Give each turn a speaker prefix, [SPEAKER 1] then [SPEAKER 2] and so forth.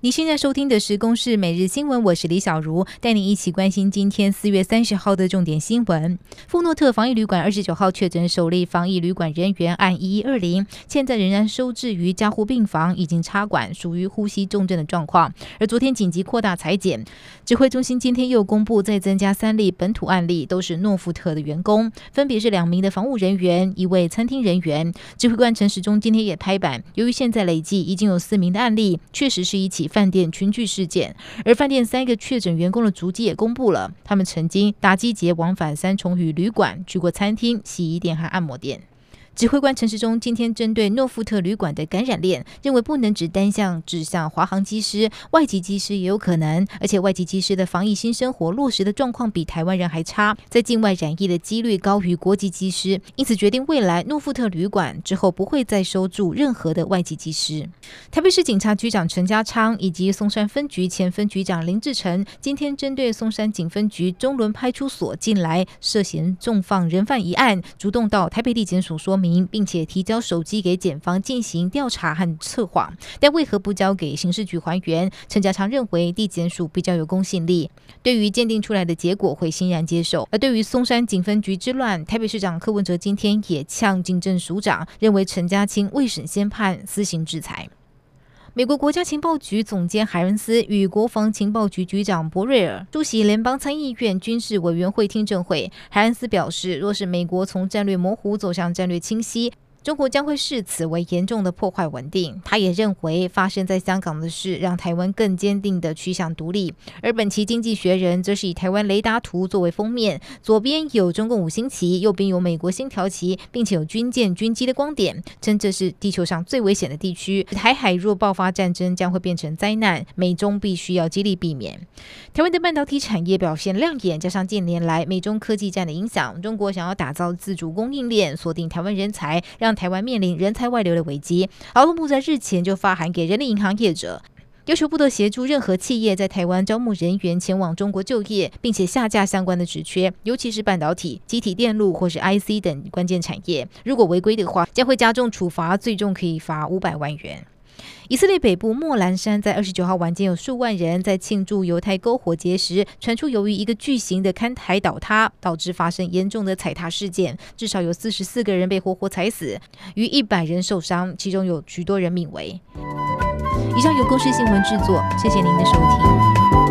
[SPEAKER 1] 你现在收听的是《公视每日新闻》，我是李小茹，带你一起关心今天4月30号的重点新闻。富诺特防疫旅馆29号确诊首例防疫旅馆人员按1120，现在仍然收治于加护病房，已经插管，属于呼吸重症的状况。而昨天紧急扩大采检，指挥中心今天又公布再增加3例本土案例，都是诺富特的员工，分别是2名的防务人员，1位餐厅人员。指挥官陈时中今天也拍板，由于现在累计已经有4名的案例，确实是一起饭店群聚事件，而饭店3个确诊员工的足迹也公布了，他们曾经搭机捷往返3重宇旅馆，去过餐厅、洗衣店和按摩店。指挥官陈时中今天针对诺富特旅馆的感染链，认为不能只单向指向华航机师，外籍机师也有可能，而且外籍机师的防疫新生活落实的状况比台湾人还差，在境外染疫的几率高于国籍机师，因此决定未来诺富特旅馆之后不会再收住任何的外籍机师。台北市警察局长陈家昌以及松山分局前分局长林志成今天针对松山警分局中仑派出所近来涉嫌重放人犯一案，主动到台北地检署说明，并且提交手机给检方进行调查和测谎，但为何不交给刑事局还原？陈家昌认为地检署比较有公信力，对于鉴定出来的结果会欣然接受。而对于松山警分局之乱，台北市长柯文哲今天也呛警政署长，认为陈家清未审先判，私刑制裁。美国国家情报局总监海恩斯与国防情报局局长博瑞尔出席联邦参议院军事委员会听证会。海恩斯表示，若是美国从战略模糊走向战略清晰，中国将会视此为严重的破坏稳定。他也认为发生在香港的事让台湾更坚定地趋向独立。而本期经济学人则是以台湾雷达图作为封面，左边有中共5星旗，右边有美国星条旗，并且有军舰军机的光点，称这是地球上最危险的地区，台海若爆发战争将会变成灾难，美中必须要极力避免。台湾的半导体产业表现亮眼，加上近年来美中科技战的影响，中国想要打造自主供应链，锁定台湾人才，让台湾面临人才外流的危机。劳动部在日前就发函给人力银行业者，要求不得协助任何企业在台湾招募人员前往中国就业，并且下架相关的职缺，尤其是半导体、机体电路或是 IC 等关键产业。如果违规的话，将会加重处罚，最重可以罚500万元。以色列北部莫兰山在29号晚间有数万人在庆祝犹太篝火节时，传出由于一个巨型的看台倒塌，导致发生严重的踩踏事件，至少有44个人被活活踩死，逾100人受伤，其中有许多人命危。以上由公视新闻制作，谢谢您的收听。